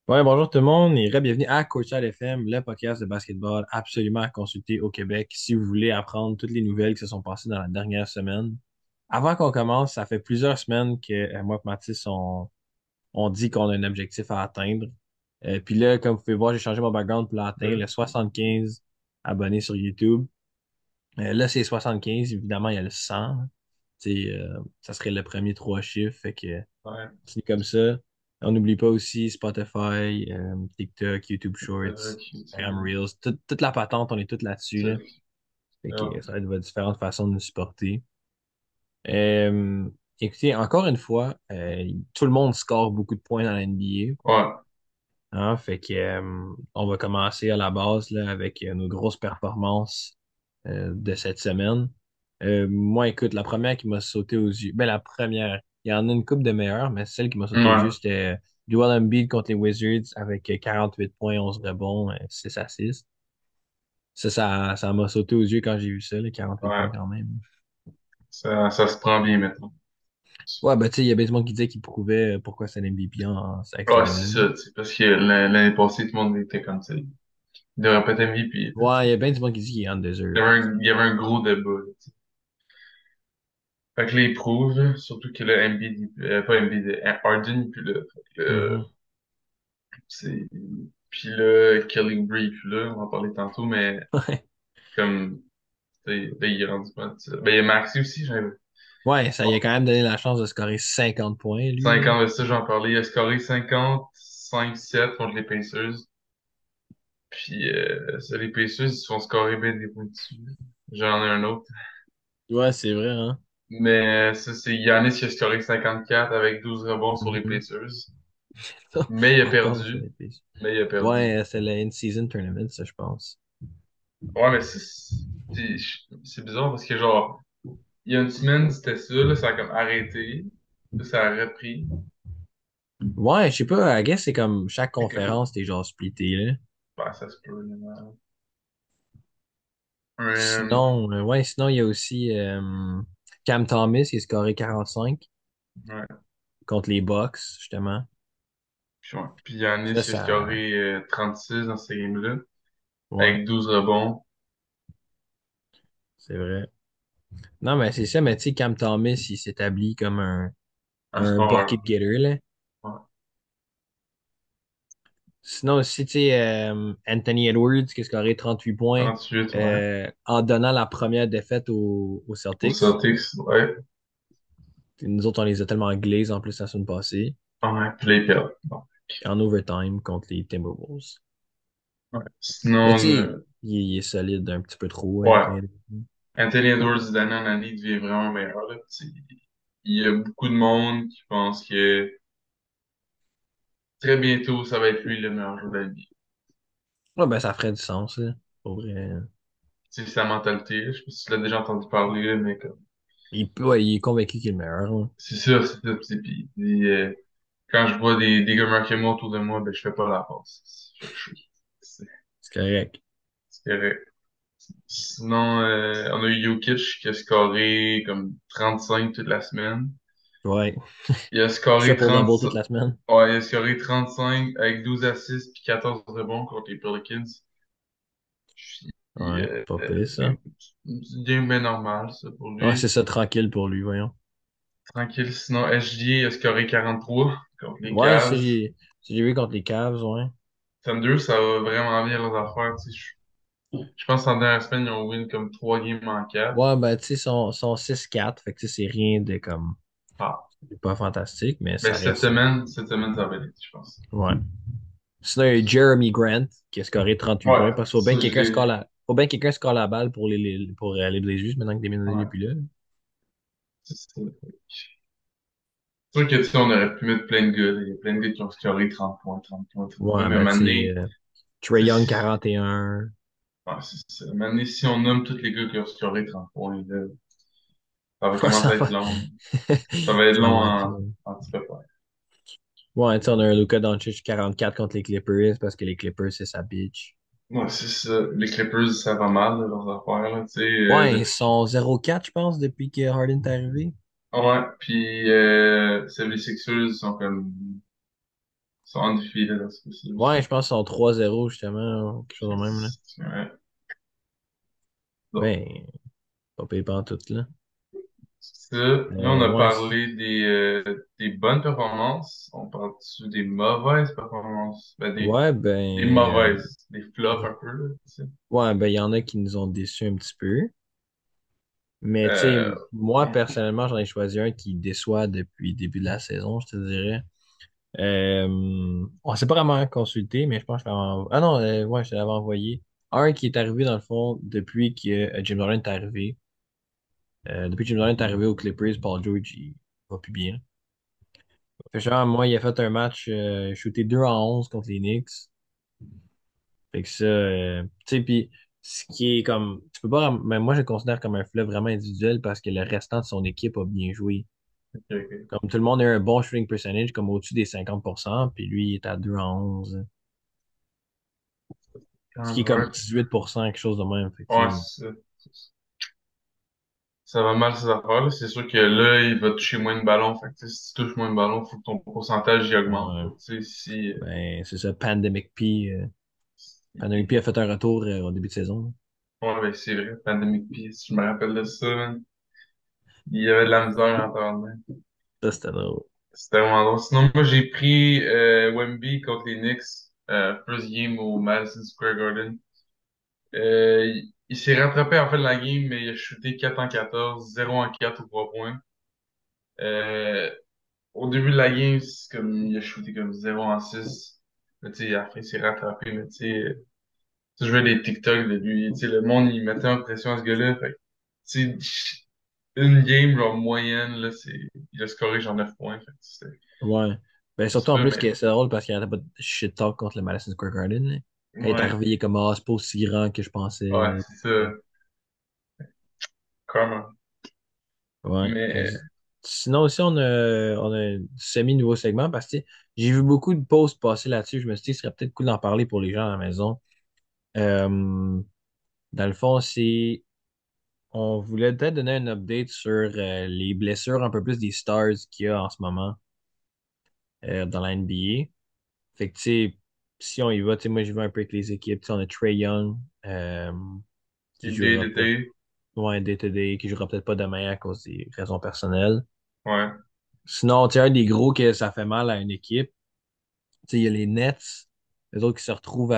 Ouais, bonjour tout le monde et bienvenue à Courtside FM, le podcast de basketball absolument à consulter au Québec si vous voulez apprendre toutes les nouvelles qui se sont passées dans la dernière semaine. Avant qu'on commence, ça fait plusieurs semaines que moi et Mathis, on dit qu'on a un objectif à atteindre. Puis là, comme vous pouvez voir, j'ai changé mon background pour l'atteindre, le 75 abonnés sur YouTube. Là, c'est 75, évidemment, il y a le 100. Ça serait le premier trois chiffres, fait que Ouais, c'est comme ça. On n'oublie pas aussi Spotify, TikTok, YouTube Shorts, Instagram YouTube, Reels, toute la patente, on est tous là-dessus, là. c'est Fait que ouais. ça va être différentes façons de nous supporter. Euh, Écoutez, encore une fois, tout le monde score beaucoup de points dans la Ouais. NBA. Hein, fait que, on va commencer à la base là, avec nos grosses performances de cette semaine. Moi, écoute, la première qui m'a sauté aux yeux, ben la première, il y en a une couple de meilleures, mais celle qui m'a sauté aux yeux, Ouais. c'était Joel Embiid contre les Wizards avec 48 points, 11 rebonds, 6 assists. Ça m'a sauté aux yeux quand j'ai vu ça, les 48 points Ouais. quand même. Ça se prend bien maintenant. Ouais, ben tu sais, il y a bien du monde qui disait qu'il prouvait pourquoi c'est l'MVP avec ce Ouais, gars-là. c'est ça, tu sais, parce que l'année passée, tout le monde était comme ça. Il devrait pas être MVP. Là, tu sais. Ouais, il y a bien du monde qui dit qu'il est undeserved. Il y avait un gros débat. Là, tu sais. Fait que là, il prouve, là, surtout que là, pas Embiid, Harden, il plus là. Fait que Mhm. c'est... Puis là, Kelly Oubre, il plus là, on va en parler tantôt, mais comme, tu sais, là, il est rendu pas. Ben, il y a Maxi aussi, j'avais. Ouais, ça lui a quand même donné la chance de scorer 50 points, lui, là. 50, ça, j'en parlais. Il a scoré 50, 5-7 contre les Pacers. Puis, ça, les Pacers, ils se font scorer bien des points dessus. J'en ai un autre. Ouais, c'est vrai, hein. Mais ça, c'est Giannis qui a scoré 54 avec 12 rebonds sur les Mhm. Pacers. Mais il a Encore sur perdu. les pistes. Mais il a perdu. Ouais, c'est le in-season tournament, ça, je pense. Ouais, mais c'est bizarre parce que, genre, il y a une semaine, c'était ça, là, ça a comme arrêté. Là, ça a repris. Ouais, je sais pas, I guess c'est comme chaque C'est comme, conférence, t'es genre splitté, là. bah, ça se peut, là. Sinon, il y a aussi Cam Thomas qui a scoré 45 Ouais. contre les Bucks, justement. Puis Giannis, Ça, il a ça, scoré 36 dans ces games-là. ouais, Avec 12 rebonds. c'est vrai. Non, mais c'est ça, mais tu sais, Cam Thomas, il s'établit comme Un un bucket scoreur. getter, là. Ouais. Sinon aussi, tu sais, Anthony Edwards qui a scoré 38 points 38, ouais. en donnant la première défaite aux Aux Celtics. Celtics, ouais. Nous autres, on les a tellement glazés en plus la semaine passée, Ouais, puis là, ils perdent. Bon. en overtime contre les Timberwolves. Ouais. Mais Sinon, tu sais, il est solide un petit peu trop, ouais. Anthony Edwards. Anthony Edwards, d'année en année, il devient vraiment meilleur, là. Tu sais, il y a beaucoup de monde qui pense que très bientôt, ça va être lui le meilleur joueur de la vie. Ouais, ben ça ferait du sens, là, pour vrai. C'est sa mentalité, là. Je sais pas si tu l'as déjà entendu parler, là, mais comme, Ouais, il est convaincu qu'il est le meilleur, hein. c'est sûr, c'est ça. Puis, quand je vois des gars marquer moi autour de moi, ben, je fais pas la passe. C'est C'est correct. c'est correct. Sinon, on a eu Jokic qui a scoré comme 35 toute la semaine. Ouais. Il a scoré Triple 30, double toute la semaine. ouais, il a scoré 35 avec 12 assists puis 14 rebonds contre les Pelicans. Puis, Ouais, pas pire, ça. une game bien normal, ça, pour Ouais, c'est lui. ça, tranquille pour lui, voyons. Tranquille. Sinon, SGA a scoré 43 contre les Ouais, Cavs. ça, j'ai vu contre les Cavs, ouais. Thunder, ça va vraiment bien leurs affaires. Tu sais, je pense qu'en dernière semaine, ils ont win comme 3 games en 4. Ouais, ben, tu sais, sont 6-4, fait que tu sais, c'est rien de comme, Ah. c'est pas fantastique, mais Mais ça reste, cette semaine, ça va aller, je pense. ouais. Sinon, il y a eu Jeremy Grant qui a scoré 38 Ouais, points parce qu'il faut bien que ça, je quelqu'un l'ai. faut bien que quelqu'un score la balle pour pour les Blazers maintenant que Damien n'est Ouais, plus là. c'est sûr que, tu sais, on aurait pu mettre plein de gars, là. Il y a plein de gars qui ont scoré 30 points, 30 points, 30 points. Ouais, Mais ben, tu maintenant, sais, Trae tu Young sais, 41. ouais, c'est ça. Maintenant, si on nomme tous les gars qui ont scoré 30 points, là, ça va Ouais, commencer à être long. Ça va être ça long va être en petit peu. Ouais, Ouais, tu sais, on a un Luka Doncic 44 contre les Clippers parce que les Clippers, c'est sa bitch. ouais, c'est ça. Les Clippers, ça va mal, là, leurs affaires, là, tu sais, Ouais, ils depuis. sont 0-4, je pense, depuis que Harden est arrivé. Ouais, puis les Sixers sont comme. Ils sont en défi, là, dans ce cas-ci Ouais, aussi. je pense qu'ils sont 3-0 justement, ou quelque chose de même, là. Ouais. Bon. Ben, pas payé pas en tout, là. Ça, là, on a Ouais, parlé des bonnes performances. On parle-tu des mauvaises performances? Ben, ouais, des ben, mauvaises, des flops un peu, là, tu sais. ouais, ben, il y en a qui nous ont déçus un petit peu. Mais, tu sais, Euh, moi, ouais, personnellement, j'en ai choisi un qui déçoit depuis le début de la saison, je te dirais. On s'est pas vraiment consulté, mais je pense que je l'avais Ah non, ouais, je te l'avais envoyé. Un qui est arrivé, dans le fond, depuis que Jim Dolan est arrivé. Depuis que Jim Dolan est arrivé aux Clippers, Paul George, il va plus bien. Fait que genre, moi, il a fait un match shooté 2 en 11 contre les Knicks. Fait que ça, tu sais, puis ce qui est comme, tu peux pas, mais moi, je le considère comme un flop vraiment individuel parce que le restant de son équipe a bien joué. ok, ok. Comme tout le monde a un bon shooting percentage, comme au-dessus des 50%, puis lui, il est à 2 en 11. Ce Quand qui est comme ouais, 18%, quelque chose de même. Fait que, ouais, tu sais, c'est ça. Ça va mal ces affaires-là. C'est sûr que là, il va toucher moins de ballons. Fait que, tu sais, si tu touches moins de ballons, faut que ton pourcentage y augmente. ouais, Tu sais, si, ben, c'est ça, Pandemic P. Pandemic P a fait un retour au début de saison. ouais, ben, c'est vrai, Pandemic Peace, je me rappelle de ça, man. Il y avait de la misère en temps. Ça, c'était drôle. C'était vraiment drôle. Sinon, moi, j'ai pris Wemby contre les Knicks, first game au Madison Square Garden. Il s'est rattrapé en fait de la game, mais il a shooté 4 en 14, 0 en 4 ou 3 points. Euh, Au début de la game, c'est comme il a shooté comme 0 en 6. Mais tu sais, après, il s'est rattrapé. Mais tu sais, je veux des TikTok de lui. Tu sais, le monde, il mettait en pression à ce gars-là. Fait que, tu sais, une game, genre, moyenne, là, il a scoré genre 9 points. Fait que Ouais. Ben, c'est surtout en ça, plus mais, que c'est drôle parce qu'il n'y avait pas de shit talk contre le Madison Square Garden, là. Quand il est ouais, arrivé, il est comme, ah, c'est pas aussi grand que je ouais, pensais. c'est ça. Comment? Ouais. Mais, Sinon aussi, on a un semi-nouveau segment parce que tu sais, j'ai vu beaucoup de posts passer là-dessus. Je me suis dit, ce serait peut-être cool d'en parler pour les gens à la maison. Euh, Dans le fond, on voulait peut-être donner un update sur les blessures un peu plus des stars qu'il y a en ce moment dans la NBA. Fait que, tu sais, si on y va, tu sais, moi, je vais un peu avec les équipes. Tu sais, on a Trey Young, qui idée jouera peut-être, d'été, ouais, day-to-day, qui jouera peut-être pas demain à cause des raisons personnelles. ouais, Sinon, tu sais, un des gros que ça fait mal à une équipe, tu sais, il y a les Nets, les autres qui se retrouvent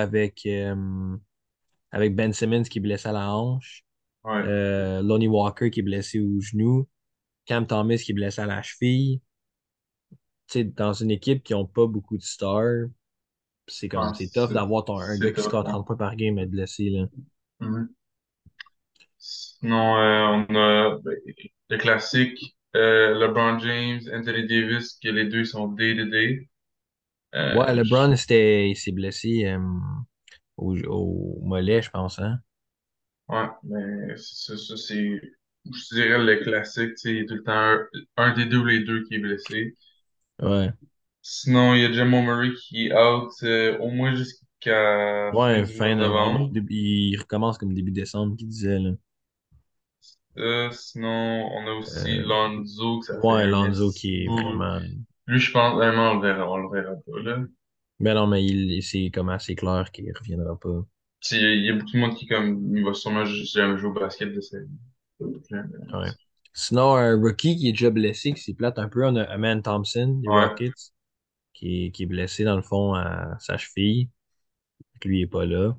avec Ben Simmons qui est blessé à la hanche, ouais, Lonnie Walker qui est blessé au genou, Cam Thomas qui est blessé à la cheville. Tu sais, dans une équipe qui n'a pas beaucoup de stars, c'est ouais, comme, c'est tough d'avoir un gars c'est qui top, score ouais. 30 points par game et être blessé, là. Mhm. Sinon, on a ben, le classique, LeBron James, Anthony Davis, que les deux sont day-to-day. Ouais, Euh, LeBron, il s'est blessé au mollet, je pense, hein? ouais, mais ça, c'est, je dirais le classique, tu sais, il y a tout le temps un des deux ou les deux qui est blessé. Ouais. Sinon, il y a Jamal Murray qui est out au moins jusqu'à fin Ouais, du mois de novembre. il recommence comme début décembre, qu'il disait, là. Sinon, on a aussi Euh, Lonzo, que ça fait ouais, un Lonzo esti qui est bout. vraiment. Lui, je pense, vraiment, on le verra pas, là. Mais non, mais c'est comme assez clair qu'il reviendra pas. Puis, il y a beaucoup de monde qui, comme, il va sûrement juste jamais jouer au basket de sa vie. Jamais. Ouais. Sinon, un rookie qui est déjà blessé, qui s'est plate un peu, on a Aman Thompson, des Ouais, Rockets, qui est blessé dans le fond à sa cheville. Lui, il est pas là.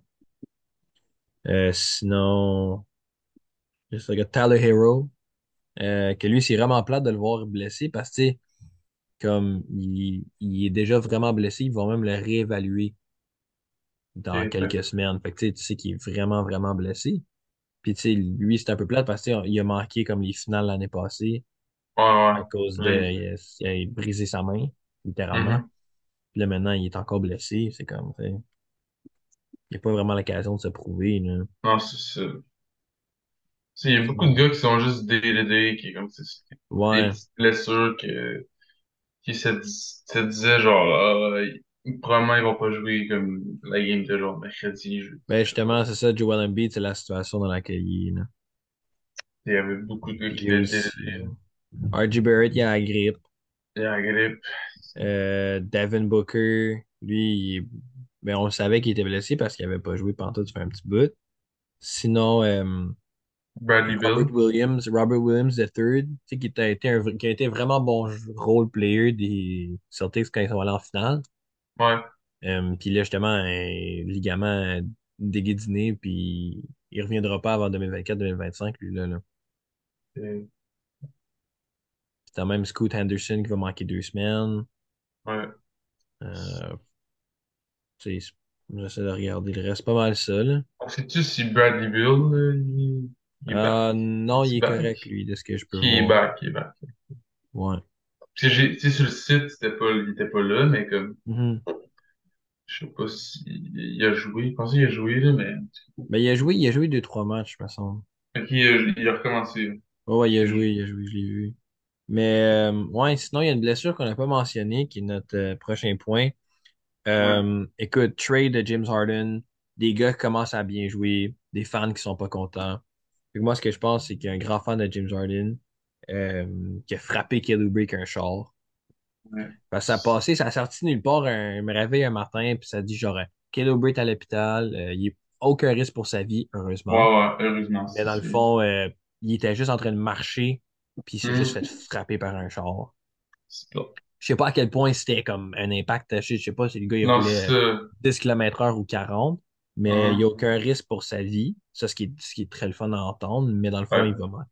Sinon, je regarde Tyler Hero, que lui, c'est vraiment plate de le voir blessé parce que, tu sais, comme il est déjà vraiment blessé, ils vont même le réévaluer dans ok, quelques semaines. Fait que, tu sais qu'il est vraiment, vraiment blessé. Puis, tu sais, lui, c'est un peu plate parce que, tu sais, il a manqué comme les finales l'année passée ouais, à ouais. cause de, Oui. il a brisé sa main, littéralement. Mhm. Puis là, maintenant, il est encore blessé. C'est comme, tu sais, il n'a pas vraiment l'occasion de se prouver, là. Non, c'est ça. Tu sais, il y a beaucoup de Sinon, gars qui sont juste day-to-day, qui, comme, c'est des ouais. petites blessures qui se disaient, genre, probablement, ils vont pas jouer comme la game de genre mercredi, jeudi, Ben, je sais pas. justement, c'est ça, Joel Embiid, c'est la situation dans laquelle il est, là. Il y avait beaucoup de gars Puis qui il y a étaient aussi day-to-day. R.J. Barrett, il a la grippe. Il y a la grippe. Devin Booker. Lui, ben, on le savait qu'il était blessé parce qu'il avait pas joué pendant tout, ça fait un petit bout. Sinon, Bradley Robert Bill. Williams, Robert Williams III, tu sais, qui a été vraiment bon role player des Celtics quand ils sont allés en finale. Ouais. Puis là, justement, un ligament déguédiné, puis il reviendra pas avant 2024-2025, lui, là. Et- C'est même Scoot Henderson qui va manquer 2 semaines. ouais. Euh, tu sais, j'essaie de regarder le reste, pas mal ça, là. Sais-tu si Bradley Bill, il est back? Non, il Est-il est back? correct, lui, de ce que je peux Qui est voir. back, il est back. Ouais. Parce que tu sais, sur le site, il était pas là, mais comme, Mhm. je sais pas si il a joué. Je pense qu'il a joué, là, mais, Ben, il a joué 2, 3 matchs, me semble. ok, il a recommencé, là. Ouais, ouais, C'est juste- il a joué, je l'ai vu. Mais, ouais, sinon, il y a une blessure qu'on n'a pas mentionnée, qui est notre prochain point. Ouais, Écoute, trade de James Harden, des gars qui commencent à bien jouer, des fans qui sont pas contents. Fait que moi, ce que je pense, c'est qu'il y a un grand fan de James Harden euh, qui a frappé Kelly Oubre avec un char. ouais. Parce que ça a passé, ça a sorti nulle part, il me réveille un matin, puis ça dit genre, Kelly Oubre est à l'hôpital, il n'y a aucun risque pour sa vie, Ouais, heureusement. ouais, heureusement, Mais dans le c'est, fond, il était juste en train de marcher, puis il s'est juste fait hum, frapper par un char. c'est plate. Je sais pas à quel point c'était comme un impact, je sais pas si le gars il Non, roulait c'est ça. 10 km/h ou 40, mais il n'y a Hum, aucun risque pour sa vie. Ça, ce qui est très le fun à entendre, mais dans le fond, il ouais. va manquer.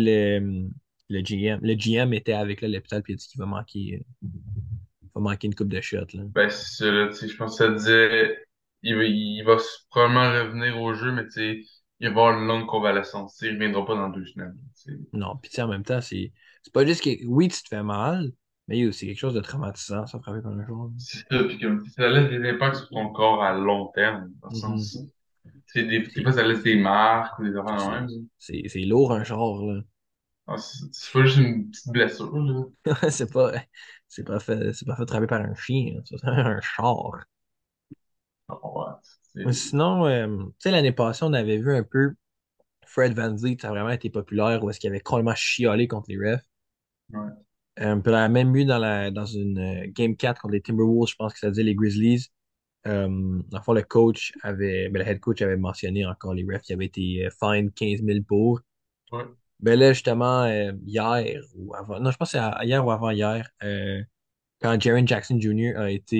Le GM était avec là, l'hôpital puis il a dit qu'il va manquer une coupe de shots, là. Ben, c'est ça, là, tu sais, je pense que ça disait, il va probablement revenir au jeu, mais tu sais, il va avoir une longue convalescence, tu sais, il reviendra pas dans 2 semaines, tu sais. Non, puis tu sais, en même temps, c'est pas juste que oui, tu te fais mal, mais il y a aussi quelque chose de traumatisant, ça frapper par un jour. C'est ça, puis comme, ça laisse des impacts sur ton corps à long terme, dans le Mhm. sens, tu sais, des C'est fois, ça laisse des marques ou des c'est affaires de même, là. c'est lourd un char, là. Ah, c'est pas juste une petite blessure, là. C'est pas, c'est pas fait attraper par un chien, hein. C'est un char. Ah, ouais, Mais c'est, sinon, tu sais, l'année passée, on avait vu un peu Fred VanVleet, ça a vraiment été populaire, où est-ce qu'il avait complètement chialé contre les refs. ouais, Puis on l'a même vu dans une Game 4 contre les Timberwolves, je pense que ça disait les Grizzlies. Dans le fond, le head coach avait mentionné encore les refs qui avaient été fined 15 000 pour. ouais, Ben là, justement, hier ou avant, non, je pense que c'est hier ou avant-hier, quand Jaren Jackson Jr.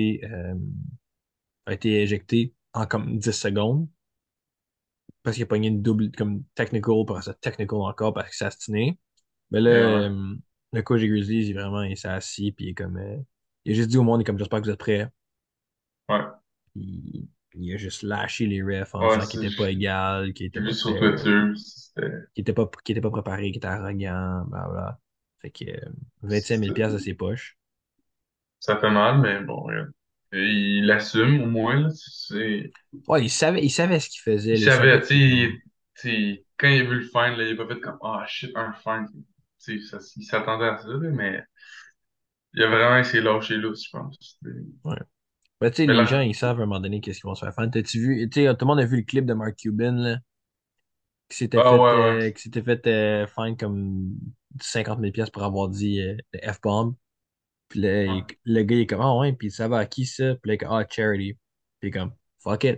a été éjecté en comme 10 secondes, parce qu'il a pogné une double comme technical, pour ça technical encore parce qu'il s'est astiné. Mais là, et ouais, le coach des Grizzlies, il s'est assis, puis il est comme, il a juste dit au monde, il est comme, j'espère que vous êtes prêts. ouais, Il a juste lâché les refs en ouais, disant qu'il était pas égal, qu'il était j'ai vu pas sur fair, Twitter, c'était, qu'il était pas préparé, qu'il était arrogant, bla bla. Fait que 25 000 c'était- de ses poches. ça fait mal, mais bon, regarde. Et il assume, au moins, là, Ouais, il savait ce qu'il il faisait, là, il savait savait, qu'il était comme, tu sais, quand il a vu le find, là, il a pas fait comme, ah, shit, un find. Tu sais, il s'attendait à ça, là, mais il a vraiment essayé de lâcher lousse, je pense. ouais. Ben, tu sais, Mais les gens, là, ils savent à un moment donné qu'est-ce qu'ils vont se faire faire. T'as-tu vu, tu sais, tout le monde a vu le clip de Mark Cuban, là, ah ouais, ouais, qui s'était fait fine comme 50 000 pour avoir dit le F-bomb. Puis là, ouais. le gars, il est comme, ah ouais, puis ça va à qui ça? Puis là, il est comme, ah, charity. Puis il est comme, fuck it.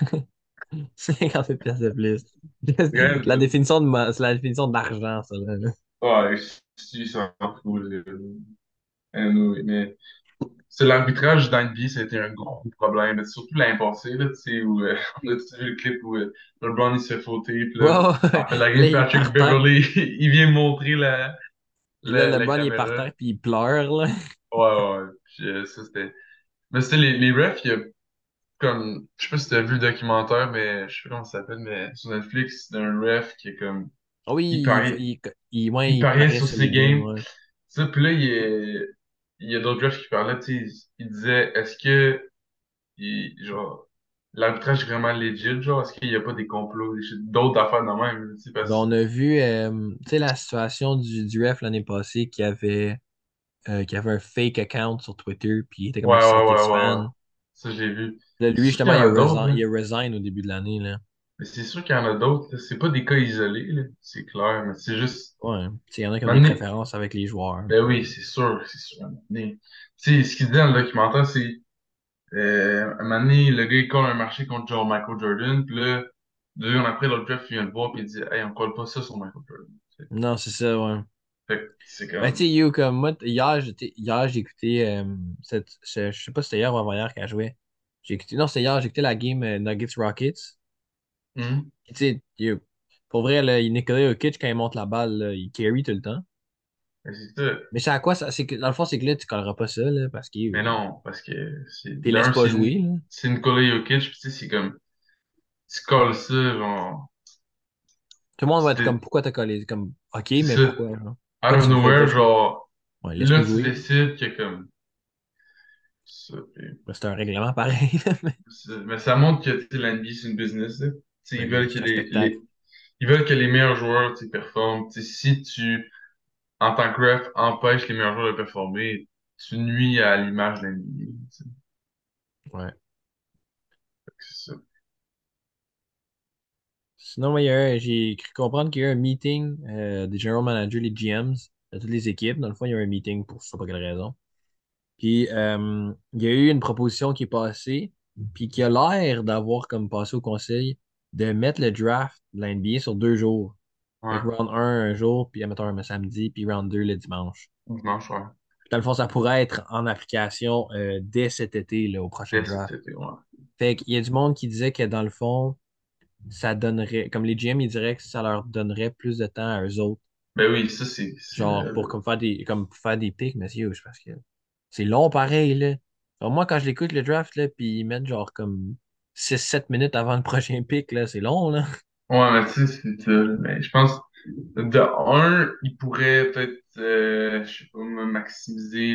50 000 de plus. Regarde, C'est la définition d'argent, ça, là. ouais, si, ça s'en fout, là. Anyway, mais c'est l'arbitrage dans le NBA, ça a été un gros problème. Mais surtout l'année passée, là, tu sais, où on a tous vu le clip où LeBron il se fait fauter, puis là, Wow! après la Là, game, il est Patrick par terre. Beverly, il vient montrer Puis là, la LeBron, il est par caméra. terre, puis il pleure, là. Ouais, ouais, ouais. Puis, ça, c'était. Mais c'était les refs, il y a comme. Je sais pas si t'as vu le documentaire, mais je sais pas comment ça s'appelle, mais sur Netflix, c'est un ref qui est comme. Ah oui, Il pariait, ouais, il il pariait paraît sur sur ses les games, games. ouais. Ça, puis là, il y a d'autres refs qui parlaient, tu sais, ils disaient, est-ce que, genre, l'arbitrage est vraiment legit, genre, est-ce qu'il y a pas des complots, d'autres affaires de même, tu sais, Ben, parce on a vu, tu sais, la situation du ref l'année passée qui avait un fake account sur Twitter, puis il était comme ouais, un ouais, ouais, Celtics ouais, ouais. fan. Ça, j'ai vu. Là, C'est lui, sûr qu'il y justement, en a d'autres, là. il a resign au début de l'année, là. Mais c'est sûr qu'il y en a d'autres, là. C'est pas des cas isolés, là. C'est clair, mais c'est juste, Ouais. Tu sais, il y en a qui ont des maintenant, préférences avec les joueurs. ben oui, c'est sûr, c'est sûr. Mais, tu sais, ce qu'il dit dans le documentaire, c'est un moment donné, le gars, il colle un marché contre genre Michael Jordan, puis là, 2 ans après, l'autre draft, il vient le voir, puis il dit, hey, on colle pas ça sur Michael Jordan. Non, c'est ça, ouais. Fait que c'est Ben, tu comme, sais, you, comme moi, hier, j'ai écouté, je sais pas si c'était hier ou avant-hier qu'elle jouait. Non, c'était hier, j'ai écouté la game Nuggets Rockets. hmm, Puis, tu sais, pour vrai, là, Nikola Jokic, quand il monte la balle, là, il carry tout le temps. ben, c'est ça. Mais c'est à quoi ça? C'est que, dans le fond, c'est que là, tu colleras pas ça, là, parce que Mais non, parce que t'es laisses pas jouer, là. c'est Nikola Jokic, puis tu sais, c'est comme, tu colles ça, genre, Tout le monde va être comme, c'est pourquoi t'as collé? Comme, ok, c'est mais ça. pourquoi, genre? Out Pourquoi of tu le fais pas nowhere, jouer? genre, Ouais, là, laisse-le tu jouer. décides que comme, ça, Ben, c'est un règlement pareil, là, mais mais ça montre que, tu sais, l'NBA, c'est une business, là. Tu sais, ben oui, c'est un spectacle. ils veulent que les meilleurs joueurs, tu sais, performent. Tu sais, si tu, en tant que ref, empêches les meilleurs joueurs de performer, tu nuis à l'image de l'NBA, tu sais. Ouais. Fait que c'est ça. Sinon, moi, j'ai cru comprendre qu'il y a eu un meeting des general managers, les GMs de toutes les équipes. Dans le fond, il y a eu un meeting pour je sais pas quelle raison. Puis, il y a eu une proposition qui est passée, puis qui a l'air d'avoir comme passé au conseil de mettre le draft de la NBA sur 2 jours. Fait Ouais. que round un jour, puis admettons un samedi, puis round 2 le dimanche. Dimanche, ouais. Dans le fond, ça pourrait être en application dès cet été, là, au prochain Dès cet draft. été, ouais. Fait qu'il y a du monde qui disait que dans le fond, ça donnerait, comme les GM, ils diraient que ça leur donnerait plus de temps à eux autres, Ben oui, ça, genre pour comme faire des picks, monsieur, parce que c'est long pareil, là. Alors, moi, quand je l'écoute, le draft, là, puis ils mettent genre comme 6 7 minutes avant le prochain pick, là, c'est long, là. ouais, mais tu sais, c'est ça. Mais je pense, de un, ils pourraient peut-être, je sais pas, maximiser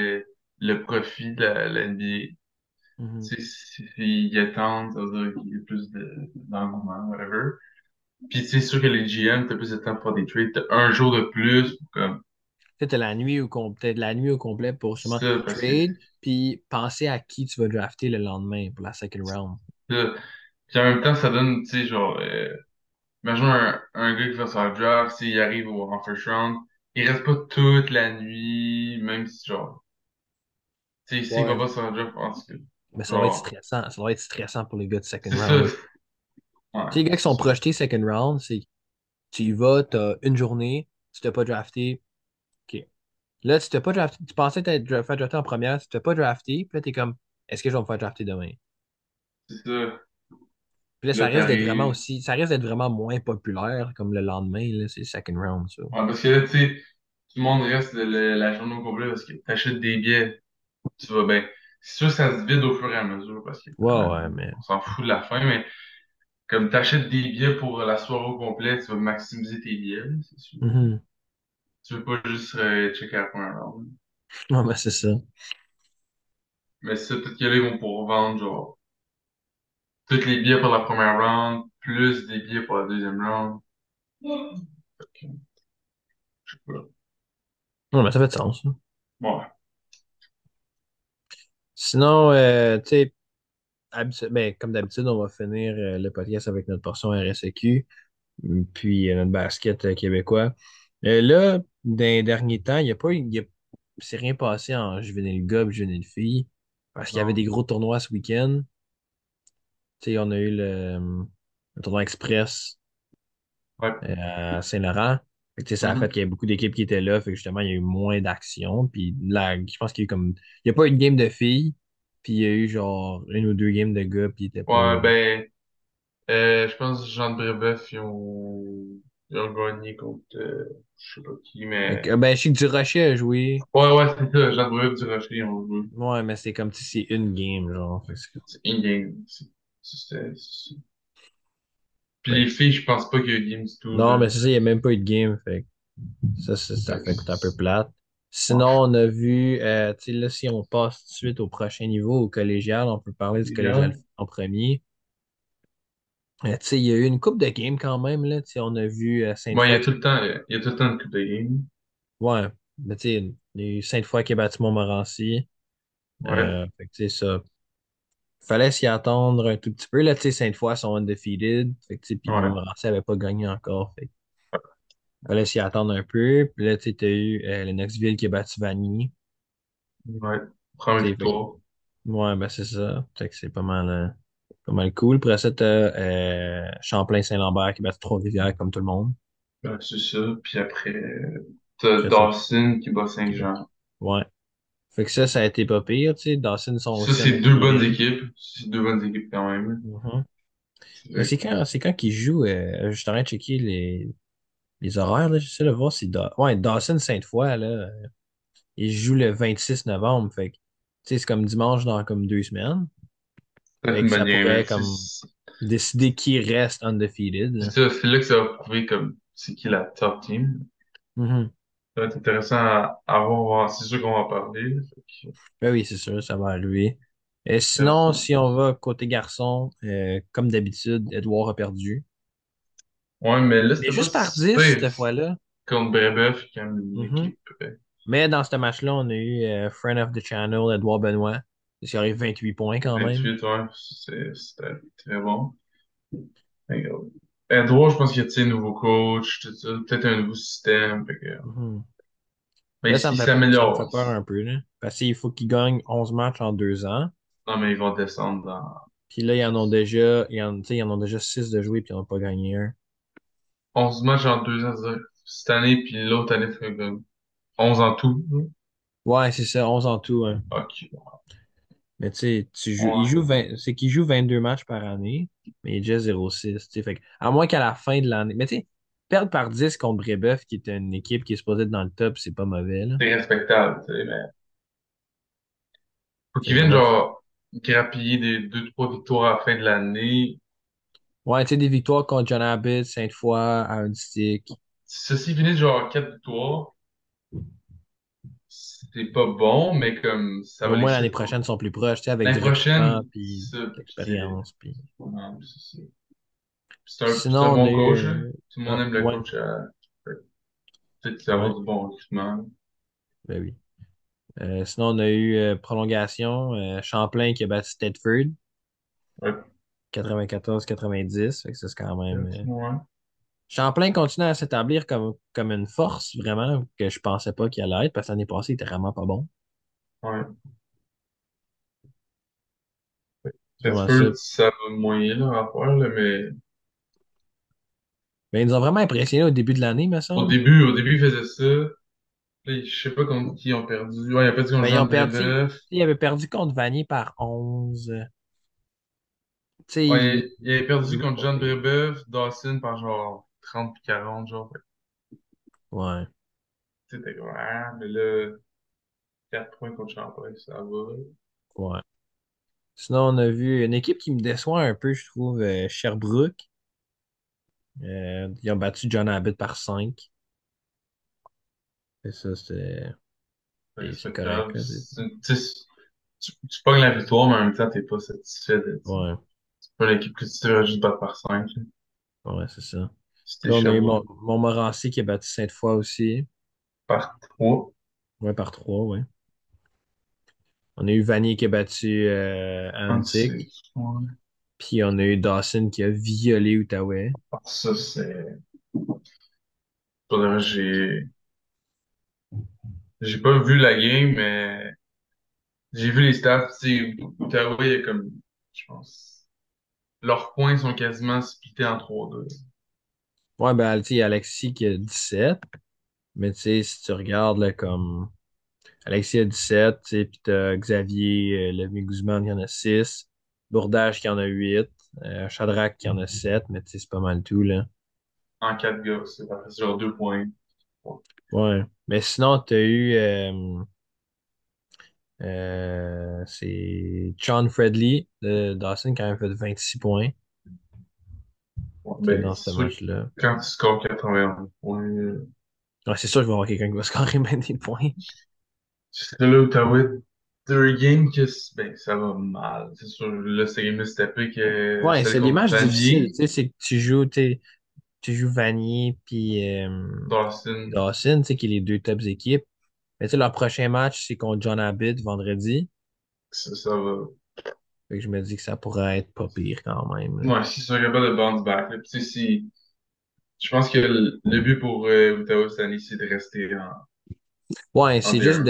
le profit de la NBA. Mhm. Tu sais, s'ils attendent, ça veut dire qu'il y a plus d'engouement, whatever. Puis c'est sûr que les GM, t'as plus de temps pour faire des trades. T'as un jour de plus pour comme Peut-être peut-être la nuit au complet pour justement ça, parce que trade, puis penser à qui tu vas drafter le lendemain pour la second round. ça. Puis en même temps, ça donne, tu sais, genre, imagine un gars qui va sur un draft, s'il arrive en first round, il reste pas toute la nuit, même si, genre, tu sais, s'il va Ouais. pas sur un draft, en tout cas, Mais ça doit être genre, stressant. Ça doit être stressant pour les gars de second c'est ça. round. Ouais, Tu sais, les gars qui c'est sont sûr. projetés second round, c'est tu y vas, t'as une journée, tu t'es pas drafté, OK. Là, tu t'es pas drafté, tu pensais faire drafté en première, tu t'es pas drafté, puis là, t'es comme, est-ce que je vais me faire drafter demain? C'est ça. Puis là, Là, t'arrives. ça risque d'être vraiment moins populaire comme le lendemain, là, c'est le second round, ça. Ouais, parce que là, tu sais, tout le monde reste la journée au complet parce que t'achètes des billets, tu vas bien. C'est sûr que ça se vide au fur et à mesure parce Ouais, qu'évidemment, ouais, mais. on s'en fout de la fin, mais comme t'achètes des billets pour la soirée au complet, tu vas maximiser tes billets, là, c'est sûr. Mhm. Tu veux pas juste checker à la première round. Ouais, ben, c'est ça. Mais ça, peut-être que là, ils vont pouvoir vendre, genre, tous les billets pour la première round, plus des billets pour la deuxième round. Fait que, je sais pas. Ouais, ben, ça fait de sens, ça. Ouais. Sinon, tu sais, ben, comme d'habitude, on va finir le podcast avec notre portion RSEQ, puis notre basket québécois. Là, dans les derniers temps, il n'y a pas eu, c'est rien passé en juvénile gars, juvénile fille, parce qu'il y avait des Non. gros tournois ce week-end. Tu sais, on a eu le tournoi express Ouais. à Saint-Laurent. Fait que, tu sais, ça a fait Mhm. qu'il y a beaucoup d'équipes qui étaient là. Fait que justement, il y a eu moins d'action. Puis là, je pense qu'il y a eu comme. Il n'y a pas eu de game de filles. Puis il y a eu genre une ou deux games de gars. Puis il était pas. Ouais, ben, je pense que Jean de Brébeuf, ils ont gagné contre, je sais pas qui, Fait mais, que, ben, je sais que Durocher a joué. ouais, ouais, c'est ça, Jean de Brébeuf du Rocher, ils ont joué. Ouais, mais c'est comme si c'est une game, genre. C'est in-game. Puis Fait les que- filles, je pense pas qu'il y a eu de game du tout, non, là. mais c'est ça, il n'y a même pas eu de game. Fait que ça Fait que fait un peu plate. Sinon, ouais. on a vu, tu sais, là, si on passe tout de suite au prochain niveau, au collégial, on peut parler du collégial Légal. en premier. Tu sais, il y a eu une coupe de games quand même, là. Tu sais, on a vu Bon, Sainte-Foy qui. il y a tout le temps une coupe de game. Ouais, mais tu sais, il y a eu Sainte-Foy qui a battu Montmorency. Ouais, Fait que tu sais, ça. Fallait s'y attendre un tout petit peu. Là, tu sais, Sainte-Foy sont undefeated. Fait que tu sais, puis ouais, Montmorency avait pas gagné encore. Fait que fallait s'y attendre un peu. Puis là, tu sais, t'as eu le Knoxville qui a battu Vanier. ouais. Première Tu sais, fait que victoire. Ouais, ben c'est ça. Fait que c'est pas mal cool. Après ça, t'as Champlain-Saint-Lambert qui bat Trois-Rivières comme tout le monde. C'est ça. Puis après, t'as Après ça, Dawson qui bat qui bat. Saint-Jean. Ouais. Fait que ça a été pas pire, tu sais. Dawson sont Ça, aussi un c'est peu deux bonnes virils. équipes. C'est deux bonnes équipes quand même. Mhm. Mais Fait c'est quand qu'ils jouent, je suis en train de checker les horaires, là. J'essaie de voir si ouais, Dawson-Sainte-Foy, là, ils jouent le 26 novembre. Fait que, tu sais, c'est comme dimanche dans comme 2 semaines. peut-être Fait une que bonne ça game, pourrait mais comme décider qui reste undefeated, c'est là. ça, c'est là que ça va prouver comme c'est qui la top team. Mhm. Ça va être intéressant à voir. C'est sûr qu'on va en parler. Fait Ben oui, c'est sûr, ça va arriver. Et sinon, que, si on va côté garçon, comme d'habitude, Edouard a perdu. ouais, mais là, Mais c'était pas juste par si 10 pire cette fois-là. contre Brébeuf, qui est quand même une Mhm. équipe. Mais dans ce match-là, on a eu Friend of the Channel, Edouard Benoit. Il arrive 28 points quand même. 28, ouais, c'était très bon. Regarde. Edouard, je pense qu'il y a, tu sais, un nouveau coach, tout ça, peut-être un nouveau système. Mhm. Mais Là, il ça me fait s'améliore. peur un peu, là. Parce qu'il faut qu'il gagne 11 matchs en 2 ans. Non, mais ils vont descendre Puis là, tu sais, ils en ont déjà 6 de jouer, puis ils n'ont pas gagné un. 11 matchs en 2 ans, c'est-à-dire cette année, puis l'autre année, ça fait comme 11 en tout. Ouais, c'est ça, 11 en tout, hein. Ok. Mais tu sais, Ouais. c'est qu'il joue 22 matchs par année, mais il est déjà 0-6. Tu sais, fait à moins qu'à la fin de l'année. Mais tu sais, perdre par 10 contre Brébeuf, qui est une équipe qui est supposée être dans le top, c'est pas mauvais, là. C'est respectable, tu sais, mais faut C'est qu'ils viennent, vraiment. genre, grappiller des 2, 3 victoires à la fin de l'année. Ouais, tu sais, des victoires contre John Abbott, Sainte-Foy, Aaron Stick. Ceci finit, genre, 4 victoires, c'est pas bon, mais comme, ça Mais va au les moins, l'année setter. prochaine, ils sont plus proches, tu sais, avec du L'année recrutement, prochaine, puis ça, de c'est, l'expérience. Puis... non, c'est un Sinon, on a bon coach, là. eu. Tout le monde aime le Ouais, coach peut-être qu'il va ouais, avoir du bon recrutement. ben oui. Sinon, on a eu prolongation, Champlain qui a battu Tedford, Ouais. 94-90. Fait que ça, c'est quand même. Ouais. Champlain continue à s'établir comme une force, vraiment, que je pensais pas qu'il allait être, parce que l'année passée, il était vraiment pas bon. Ouais. C'est vraiment ça. Pittsburgh, ça va moyen, là, à faire, là, mais Mais ils nous ont vraiment impressionnés au début de l'année, me semble. au début, ils faisaient ça. Là, je sais pas contre qui ils ont perdu. Ouais, ils ont perdu contre Ben, ils Jean ont perdu. Brébeuf. Ils avaient perdu contre Vanier par 11. Tu sais, Ouais, ils avaient ils perdu jouaient contre pas John pire. Brébeuf, Dawson par genre 30 puis 40, genre. Fait que, Ouais, tu sais, t'es comme, ah, mais là, 4 points contre Champlain, ça va. ouais. Sinon, on a vu une équipe qui me déçoit un peu, je trouve, Sherbrooke. Ils ont battu John Abbott par 5. Et ça, C'est c'est correct, respectable. là. Tu sais, tu pognes la victoire, mais en même temps, t'es pas satisfait de, Ouais, c'est pas l'équipe que tu devrais juste battre par 5. ouais, c'est ça. C'était Là, on a eu Sherbrooke Montmorency qui a battu Sainte-Foy aussi. par 3. Ouais, par 3, ouais. On a eu Vanier qui a battu Antic. Ouais. Puis on a eu Dawson qui a violé Outaouais. Ah, ça, c'est, pour de vrai, j'ai pas vu la game, mais j'ai vu les stats. Tu sais, Ottawa, il y a comme, je pense, leurs points sont quasiment splittés en 3-2. Ouais, ben, tu sais, il y a Alexis qui a 17. Mais tu sais, si tu regardes, là, comme Alexis a 17, tu sais, puis t'as Xavier Lemieux Guzman qui en a 6. Bourdage qui en a 8. Shadrach qui en a 7. Mais tu sais, c'est pas mal tout, là. En 4 gars. C'est genre 2 points. Ouais. Ouais. Mais sinon, t'as eu c'est Sean Fredley de Dawson qui a même fait 26 points, Ouais, tu sais, ben, dans c'est ce sûr que match-là. quand tu scores 81 points, Ouais, c'est sûr qu'il va y avoir quelqu'un qui va scorer bien des points. c'est là, Ottawa, deux games que, ben, ça va mal. C'est sûr, là, cette game-là, c'était plus que Ouais, celle c'est des contre matchs difficiles. Vanier, Tu sais, c'est que tu joues Vanier puis Dawson. Dawson, tu sais, qui est les deux tops équipes. Mais tu sais, leur prochain match, c'est contre John Abbott vendredi. Ça va. Fait que je me dis que ça pourrait être pas pire quand même, là. Ouais, s'ils sont capables de bounce back, là. Puis, tu sais, je pense que le but pour Ottawa cette année, c'est de rester Ouais, en c'est juste D1.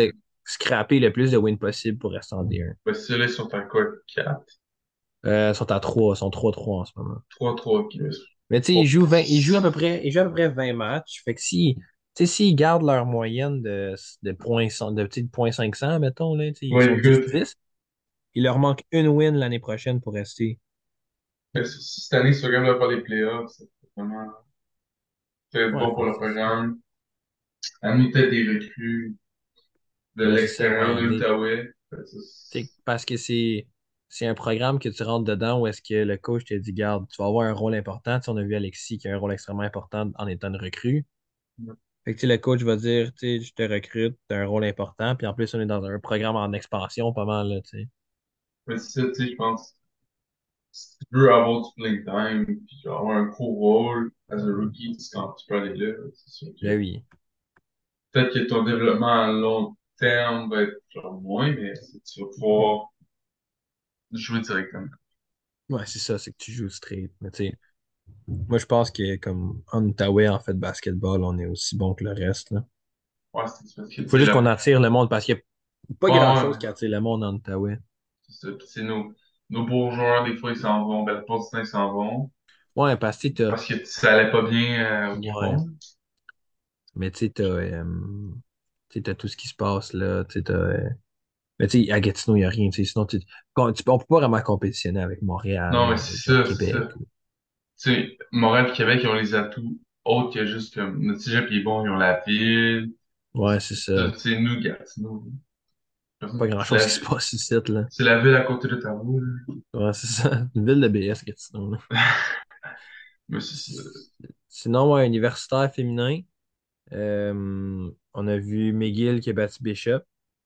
scraper le plus de wins possible pour rester en D1. Ben, ceux-là, ils sont à quoi? 4? Ils sont à 3, ils sont 3-3 en ce moment. 3-3, ok. Mais tu sais, ils jouent à peu près 20 matchs. Fait que si, tu sais, s'ils gardent leur moyenne de points, de, tu sais, de points 500, mettons, là, tu sais, ils Ouais, sont écoute, 10-10, il leur manque une win l'année prochaine pour rester. si cette année, ils sont capables de faire les playoffs, c'est vraiment peut-être Ouais, bon pour ben, le programme. Amener peut-être des recrues de ben, c'est ça, ouais, l'extérieur de amener. l'Outaouais. Tu sais, parce que c'est un programme que tu rentres dedans où est-ce que le coach te dit, garde, tu vas avoir un rôle important. Tu sais, on a vu Alexis qui a un rôle extrêmement important en étant une recrue. Fait que, tu sais, le coach va dire, tu sais, je te recrute, tu as un rôle important. Puis en plus, on est dans un programme en expansion pas mal, là, tu sais. Mais c'est ça, tu sais, je pense, si tu veux avoir du playing time, puis genre avoir un gros rôle as a rookie, c'est quand tu peux aller là, c'est sûr Ben que oui. peut-être que ton développement à long terme va être genre moins, mais tu vas pouvoir jouer directement. Ouais, c'est ça, c'est que tu joues straight. Mais tu sais, moi, je pense que comme en Outaouais, en fait, basketball, on est aussi bon que le reste, là. Ouais, c'est parce que, tu Faut sais, juste qu'on attire le monde parce qu'il n'y a pas ouais, grand-chose ouais, qui attire le monde en Outaouais. c'est ça. Puis c'est nos bourgeois, des fois, ils s'en vont, ben, pour l'instant, ils s'en vont. Ouais, parce que Parce que ça allait pas bien au ouais, Gabon. mais tu sais, t'as tout ce qui se passe là, tu sais, mais tu sais, à Gatineau, il n'y a rien, tu sais, sinon, on peut pas vraiment compétitionner avec Montréal Non, mais ou c'est avec ça, c'est ça. Québec. Tu sais, Montréal et Québec, ils ont les atouts autres que juste comme notre cégep il est bon, ils ont la ville. Ouais, c'est ça. Tu sais, nous, Gatineau, Pas c'est grand-chose qui se passe ici, là. c'est la ville à côté d'Ottawa, là. Ouais, c'est ça. Une ville de BS, Gatineau, là. Mais c'est ça. Sinon, ouais, universitaire féminin, on a vu McGill qui a battu Bishop.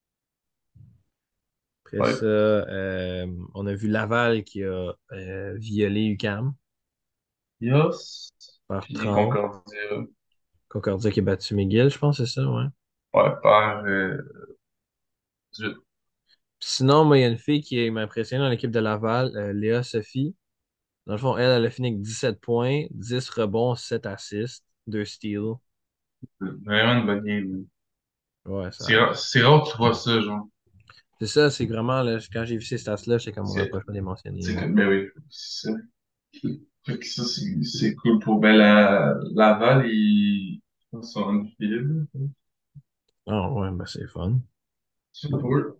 Après Ouais. ça, on a vu Laval qui a violé UQAM Yos. par Puis 30. Concordia. Concordia qui a battu McGill, je pense, c'est ça, ouais. Ouais, par 18. Sinon, moi, il y a une fille qui m'a impressionné dans l'équipe de Laval, Léa Sophie. Dans le fond, elle a fini avec 17 points, 10 rebonds, 7 assists, 2 steals. Vraiment une bonne game. Ouais, C'est rare que tu vois ça, genre. c'est ça, c'est vraiment, là, quand j'ai vu ces stats-là, j'étais comme, on n'a C'est, pas le choix de les mentionner, c'est là. comme, ben oui, c'est ça. Fait que ça, c'est cool pour, ben, Laval, ils sont en file. Ah ouais, ben c'est fun. C'est cool.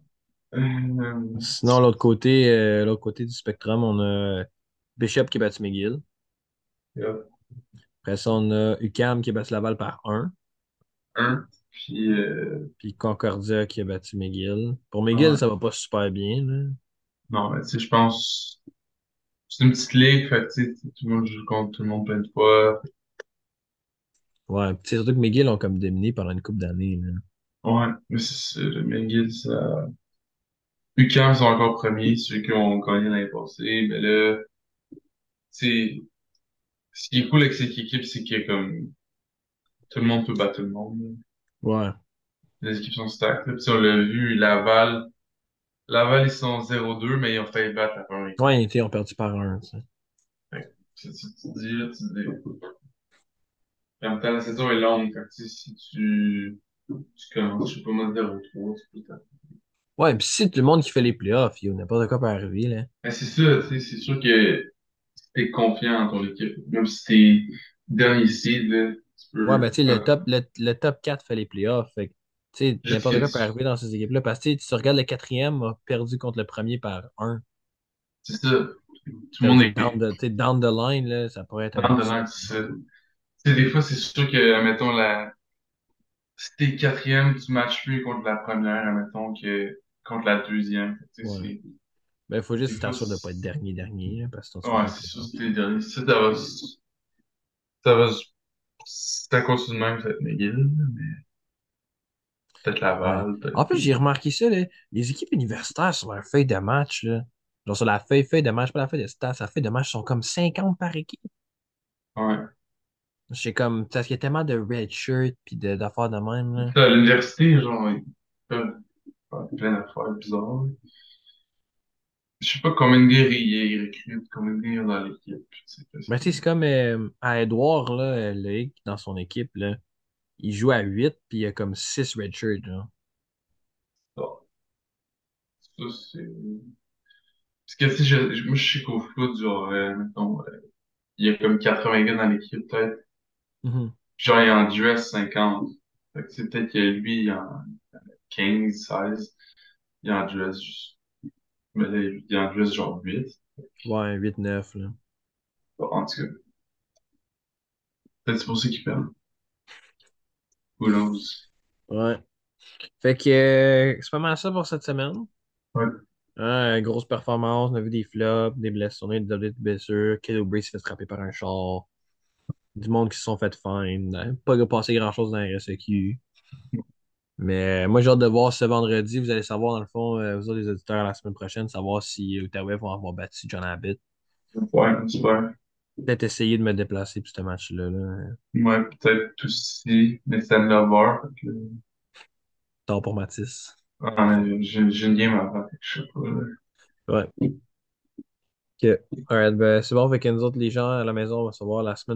Sinon, l'autre côté du spectrum, on a Bishop qui a battu McGill. Yeah. Après ça, on a UQAM qui a battu Laval par 1. Un. Puis, Puis Concordia qui a battu McGill. Pour McGill, ouais. ça va pas super bien, là. Non, mais tu sais, je pense, c'est une petite ligue, fait que, tu sais, tout le monde joue contre tout le monde plein de fois. Ouais, puis c'est surtout que McGill ont comme dominé pendant une couple d'années, là. Ouais, mais c'est ça, le McGill, ça. UQAM sont encore premiers, ceux qui ont gagné l'année passée, mais là, tu sais, ce qui est cool avec cette équipe, c'est que, comme, tout le monde peut battre tout le monde. Ouais. Les équipes sont stacked, là. Puis on l'a vu, Laval, ils sont 0-2, mais ils ont failli battre la première équipe. Ouais, ils ont perdu par 1, tu sais. Fait que, tu te dis, là, tu te dis, en même temps, la saison est longue, fait que, tu sais, si tu commences, je sais pas moi, 0-3, tu peux t'attendre. Ouais, puis si tout le monde qui fait les playoffs, n'importe quoi peut arriver, là. Mais c'est ça, tu sais, c'est sûr que t'es confiant en ton équipe. Même si t'es dernier seed, là, tu Ouais, peux ben, tu sais, faire le top 4 fait les playoffs. Fait que, tu sais, juste n'importe que quoi peut arriver dans ces équipes-là. Parce que, tu sais, tu regardes le quatrième a perdu contre le premier par 1. c'est ça. Tout le monde est Tu sais, down the line, là, ça pourrait être un dans de upset. l'air, c'est ça. Tu sais, des fois, c'est sûr que, admettons, si t'es quatrième, tu matches plus contre la première, admettons, que contre la deuxième. Tu sais, Ouais. Ben, il faut des juste fois, t'assurer de ne pas être dernier, là, parce que sinon tu fais ouais, pas les c'est sûr, playoffs. si t'es dernier. Ça va, si ça continue de même, ça va être McGill, là, mais peut-être Ouais. Laval, peut-être. En plus, j'ai remarqué ça, là, les équipes universitaires sur leur feuille de match, là, genre sur la feuille de match, pas la feuille de stats, la feuille de match sont comme 50 par équipe. Ouais. C'est comme, parce qu'il y a tellement de red shirt puis d'affaires de même, là. À l'université, genre, ils peuvent faire plein d'affaires bizarres. Je sais pas combien de gars ils recrutent, combien de gars il y a dans l'équipe. Ben, tu sais, c'est comme à Edouard, là, Loïc, dans son équipe, là, il joue à 8 puis il y a comme 6 red shirts, genre. Ça, c'est... Parce que, tu sais, moi, je sais qu'au foot, genre, mettons, il y a comme 80 gars dans l'équipe, peut-être. Mhm. Genre, il en dress 50. Fait que c'est peut-être que lui, il en 15, 16. Il en dress juste... Mais là, il en dress genre 8. Ouais, 8-9, là. Bon, en tout cas, peut-être c'est pour ça qu'il perd. Who knows? Ouais. Fait que c'est pas mal ça pour cette semaine. Ouais. Grosse performance, on a vu des flops, des blessures, des blessures. Kelly Oubre s'est fait frapper par un char. Du monde qui se sont fait fine. Pas passé grand-chose dans la RSEQ. Mais moi, j'ai hâte de voir ce vendredi. Vous allez savoir, dans le fond, vous autres, les auditeurs, la semaine prochaine, savoir si Outaouais vont avoir battu John Abbott. Ouais, super. Peut-être essayer de me déplacer pour ce match-là. Là. Ouais, peut-être aussi les Sam Lover. Tard pour Matisse. J'ai une game avant, fait que je sais pas. Là. Ouais. Ok. Alright, ben, c'est bon. Fait que nous autres, les gens à la maison, on va se voir la semaine